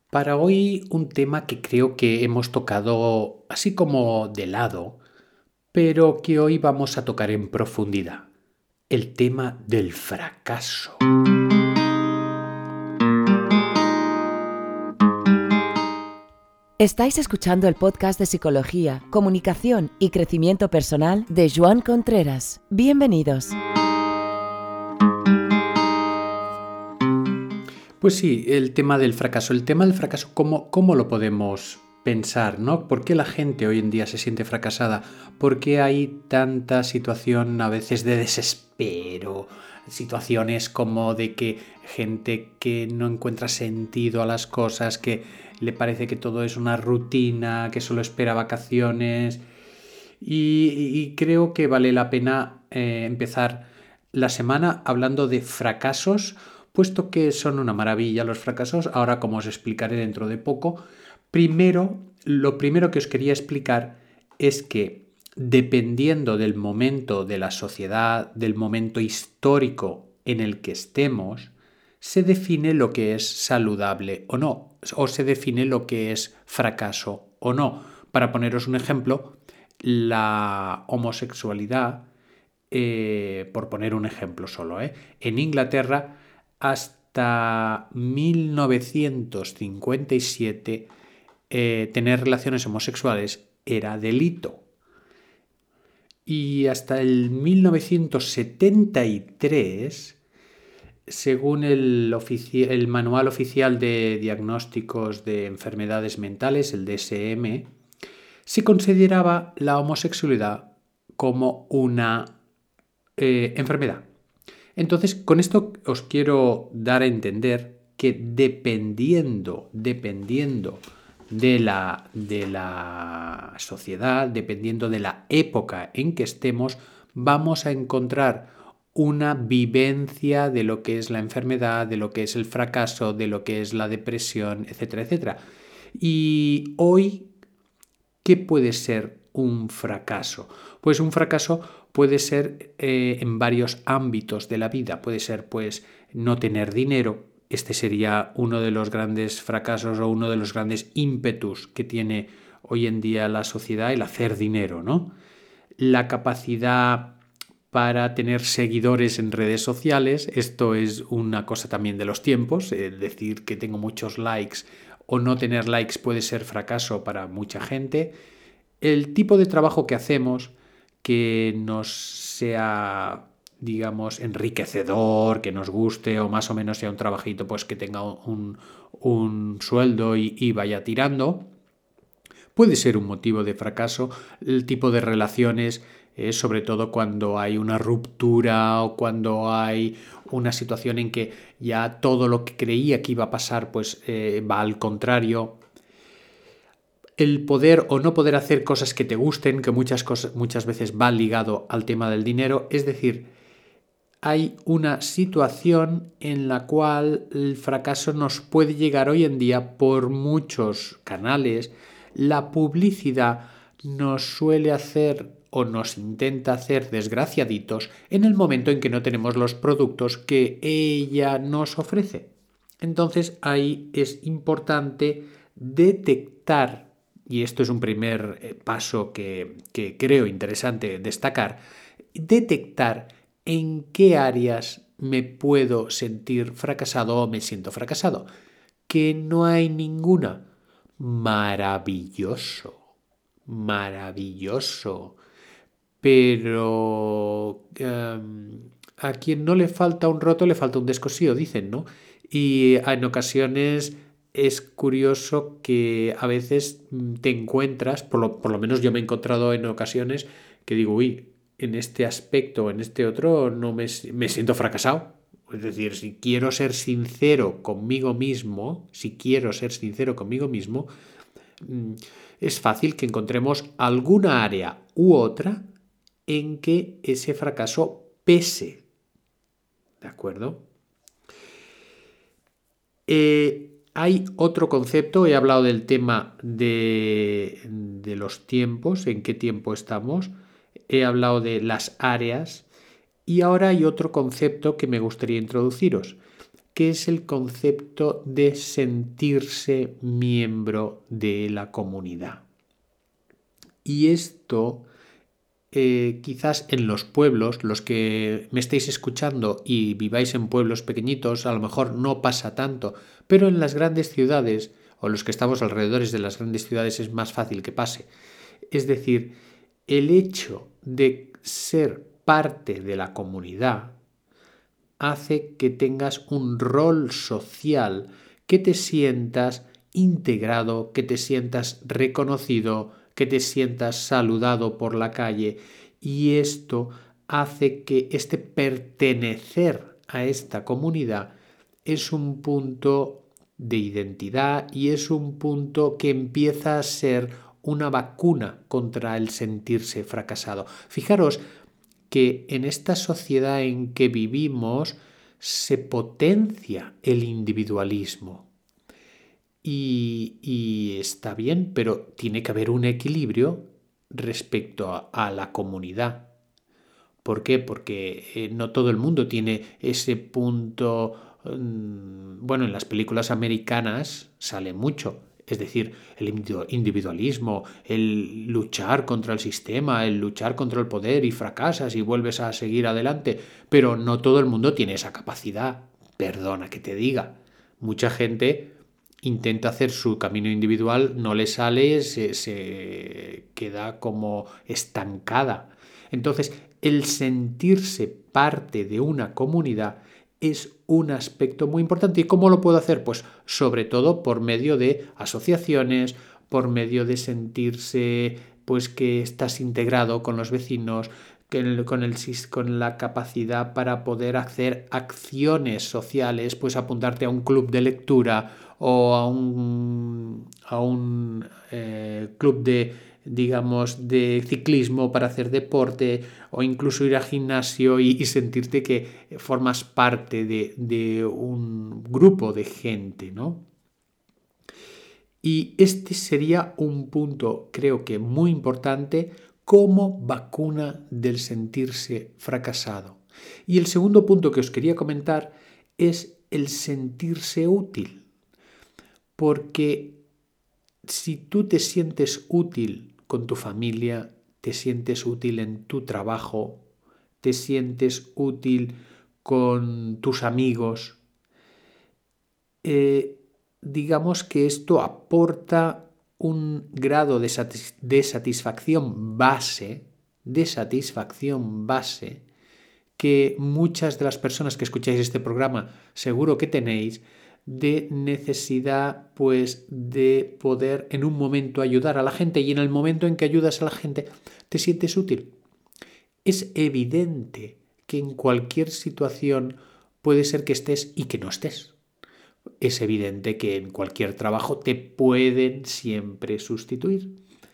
Para hoy un tema que creo que hemos tocado así como de lado, pero que hoy vamos a tocar en profundidad, el tema del fracaso. Estáis escuchando el podcast de Psicología, Comunicación y Crecimiento Personal de Joan Contreras. Bienvenidos. Pues sí, el tema del fracaso. El tema del fracaso, ¿cómo lo podemos pensar, ¿no? ¿Por qué la gente hoy en día se siente fracasada? ¿Por qué hay tanta situación a veces de desespero? Situaciones como de que gente que no encuentra sentido a las cosas, que le parece que todo es una rutina, que solo espera vacaciones. Y creo que vale la pena empezar la semana hablando de fracasos, puesto que son una maravilla los fracasos. Ahora, como os explicaré dentro de poco, lo primero que os quería explicar es que dependiendo del momento de la sociedad, del momento histórico en el que estemos, se define lo que es saludable o no, o se define lo que es fracaso o no. Para poneros un ejemplo, la homosexualidad, por poner un ejemplo solo, en Inglaterra hasta 1957 tener relaciones homosexuales era delito. Y hasta el 1973, según el Manual Oficial de Diagnósticos de Enfermedades Mentales, el DSM, se consideraba la homosexualidad como una enfermedad. Entonces, con esto os quiero dar a entender que dependiendo de la sociedad, dependiendo de la época en que estemos, vamos a encontrar una vivencia de lo que es la enfermedad, de lo que es el fracaso, de lo que es la depresión, etcétera, etcétera. Y hoy, ¿qué puede ser un fracaso? Pues un fracaso puede ser en varios ámbitos de la vida. Puede ser, pues, no tener dinero. Este sería uno de los grandes fracasos o uno de los grandes ímpetus que tiene hoy en día la sociedad, el hacer dinero, ¿no? La capacidad para tener seguidores en redes sociales. Esto es una cosa también de los tiempos. Decir que tengo muchos likes o no tener likes puede ser fracaso para mucha gente. El tipo de trabajo que hacemos, que nos sea, digamos, enriquecedor, que nos guste o más o menos sea un trabajito pues que tenga un sueldo y vaya tirando, puede ser un motivo de fracaso. El tipo de relaciones, sobre todo cuando hay una ruptura o cuando hay una situación en que ya todo lo que creía que iba a pasar pues va al contrario. El poder o no poder hacer cosas que te gusten, que muchas veces va ligado al tema del dinero. Es decir, hay una situación en la cual el fracaso nos puede llegar hoy en día por muchos canales. La publicidad nos suele hacer o nos intenta hacer desgraciaditos en el momento en que no tenemos los productos que ella nos ofrece. Entonces ahí es importante detectar, y esto es un primer paso que creo interesante destacar, detectar en qué áreas me puedo sentir fracasado o me siento fracasado. Que no hay ninguna. Maravilloso, maravilloso. Pero a quien no le falta un roto le falta un descosío, dicen, ¿no? Y en ocasiones es curioso que a veces te encuentras, por lo menos yo me he encontrado en ocasiones que digo, uy, en este aspecto o en este otro no me siento fracasado. Es decir, si quiero ser sincero conmigo mismo, mm, es fácil que encontremos alguna área u otra en que ese fracaso pese. ¿De acuerdo? Hay otro concepto, he hablado del tema de los tiempos, en qué tiempo estamos, he hablado de las áreas y ahora hay otro concepto que me gustaría introduciros, que es el concepto de sentirse miembro de la comunidad. Y esto, quizás en los pueblos, los que me estéis escuchando y viváis en pueblos pequeñitos, a lo mejor no pasa tanto, pero en las grandes ciudades, o los que estamos alrededor de las grandes ciudades, es más fácil que pase. Es decir, el hecho de ser parte de la comunidad hace que tengas un rol social, que te sientas integrado, que te sientas reconocido, que te sientas saludado por la calle, y esto hace que este pertenecer a esta comunidad es un punto de identidad y es un punto que empieza a ser una vacuna contra el sentirse fracasado. Fijaros que en esta sociedad en que vivimos se potencia el individualismo. Y está bien, pero tiene que haber un equilibrio respecto a la comunidad. ¿Por qué? Porque no todo el mundo tiene ese punto. Bueno, en las películas americanas sale mucho. Es decir, el individualismo, el luchar contra el sistema, el luchar contra el poder y fracasas y vuelves a seguir adelante. Pero no todo el mundo tiene esa capacidad. Perdona que te diga. Mucha gente intenta hacer su camino individual, no le sale, se queda como estancada. Entonces, el sentirse parte de una comunidad es un aspecto muy importante. ¿Y cómo lo puedo hacer? Pues sobre todo por medio de asociaciones, por medio de sentirse pues que estás integrado con los vecinos, con la capacidad para poder hacer acciones sociales, pues apuntarte a un club de lectura o a un club de ciclismo para hacer deporte, o incluso ir al gimnasio y sentirte que formas parte de un grupo de gente, ¿no? Y este sería un punto, creo que muy importante, como vacuna del sentirse fracasado. Y el segundo punto que os quería comentar es el sentirse útil. Porque si tú te sientes útil con tu familia, te sientes útil en tu trabajo, te sientes útil con tus amigos, digamos que esto aporta un grado de satisfacción base, que muchas de las personas que escucháis este programa seguro que tenéis, de necesidad pues de poder en un momento ayudar a la gente, y en el momento en que ayudas a la gente te sientes útil. Es evidente que en cualquier situación puede ser que estés y que no estés. Es evidente que en cualquier trabajo te pueden siempre sustituir.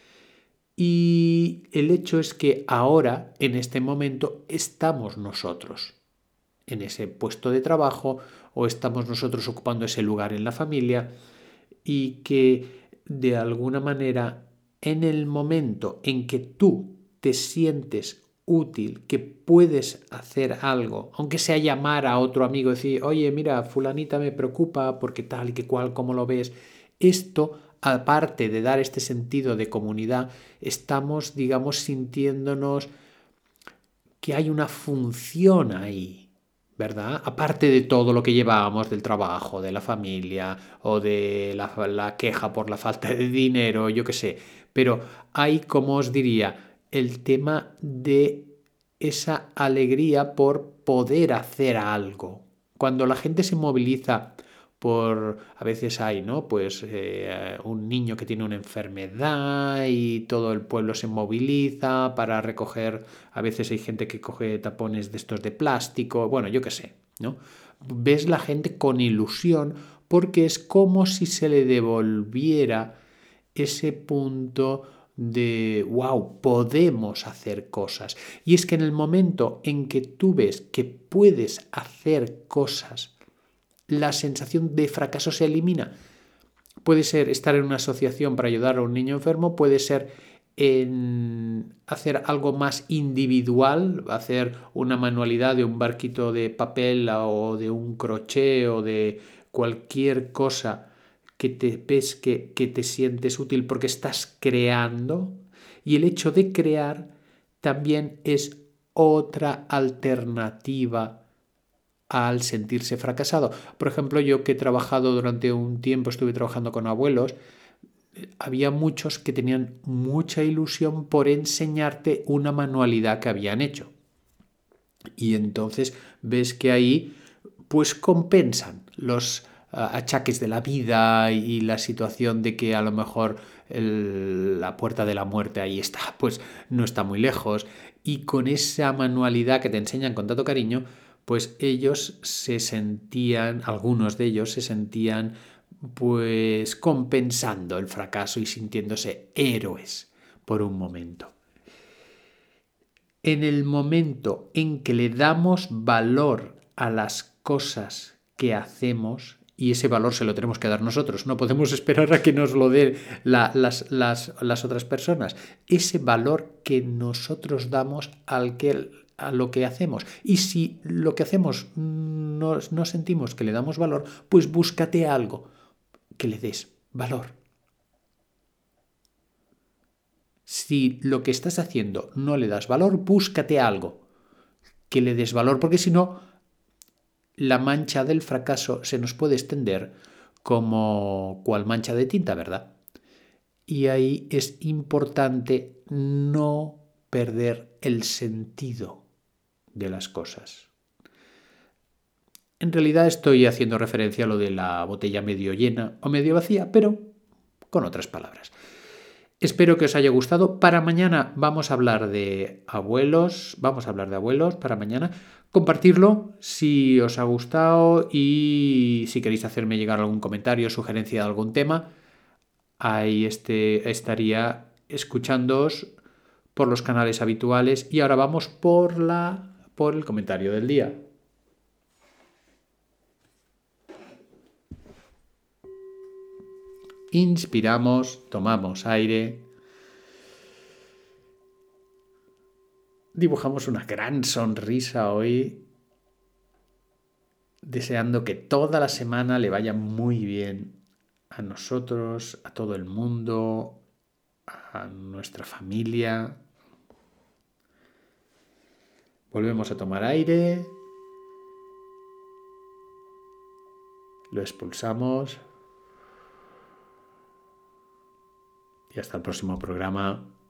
Y el hecho es que ahora, en este momento, estamos nosotros en ese puesto de trabajo, o estamos nosotros ocupando ese lugar en la familia, y que de alguna manera en el momento en que tú te sientes útil, que puedes hacer algo, aunque sea llamar a otro amigo y decir, oye, mira, fulanita me preocupa porque tal y que cual, ¿cómo lo ves? Esto, aparte de dar este sentido de comunidad, estamos, digamos, sintiéndonos que hay una función ahí, ¿verdad? Aparte de todo lo que llevábamos del trabajo, de la familia o de la queja por la falta de dinero, yo qué sé. Pero hay, como os diría, el tema de esa alegría por poder hacer algo. Cuando la gente se moviliza a veces hay, ¿no? Pues un niño que tiene una enfermedad y todo el pueblo se moviliza para recoger, a veces hay gente que coge tapones de estos de plástico, bueno, yo qué sé, ¿no? Ves la gente con ilusión porque es como si se le devolviera ese punto de wow, podemos hacer cosas. Y es que en el momento en que tú ves que puedes hacer cosas, la sensación de fracaso se elimina. Puede ser estar en una asociación para ayudar a un niño enfermo, puede ser en hacer algo más individual, hacer una manualidad de un barquito de papel o de un crochet o de cualquier cosa que te ves que te sientes útil porque estás creando, y el hecho de crear también es otra alternativa al sentirse fracasado. Por ejemplo, yo que he trabajado durante un tiempo, estuve trabajando con abuelos, había muchos que tenían mucha ilusión por enseñarte una manualidad que habían hecho. Y entonces ves que ahí pues compensan los achaques de la vida y la situación de que a lo mejor la puerta de la muerte ahí está, pues no está muy lejos. Y con esa manualidad que te enseñan con tanto cariño, pues ellos se sentían, algunos de ellos se sentían pues compensando el fracaso y sintiéndose héroes por un momento. En el momento en que le damos valor a las cosas que hacemos, y ese valor se lo tenemos que dar nosotros, no podemos esperar a que nos lo den las otras personas, ese valor que nosotros damos a lo que hacemos. Y si lo que hacemos no sentimos que le damos valor, pues búscate algo que le des valor. Si lo que estás haciendo no le das valor, búscate algo que le des valor, porque si no, la mancha del fracaso se nos puede extender como cual mancha de tinta, ¿verdad? Y ahí es importante no perder el sentido de las cosas. En realidad estoy haciendo referencia a lo de la botella medio llena o medio vacía, pero con otras palabras. Espero que os haya gustado. Para mañana vamos a hablar de abuelos. Vamos a hablar de abuelos para mañana. Compartirlo si os ha gustado y si queréis hacerme llegar algún comentario, sugerencia de algún tema. Ahí estaría escuchándoos por los canales habituales. Y ahora vamos por el comentario del día. Inspiramos, tomamos aire. Dibujamos una gran sonrisa hoy, deseando que toda la semana le vaya muy bien a nosotros, a todo el mundo, a nuestra familia. Volvemos a tomar aire, lo expulsamos y hasta el próximo programa.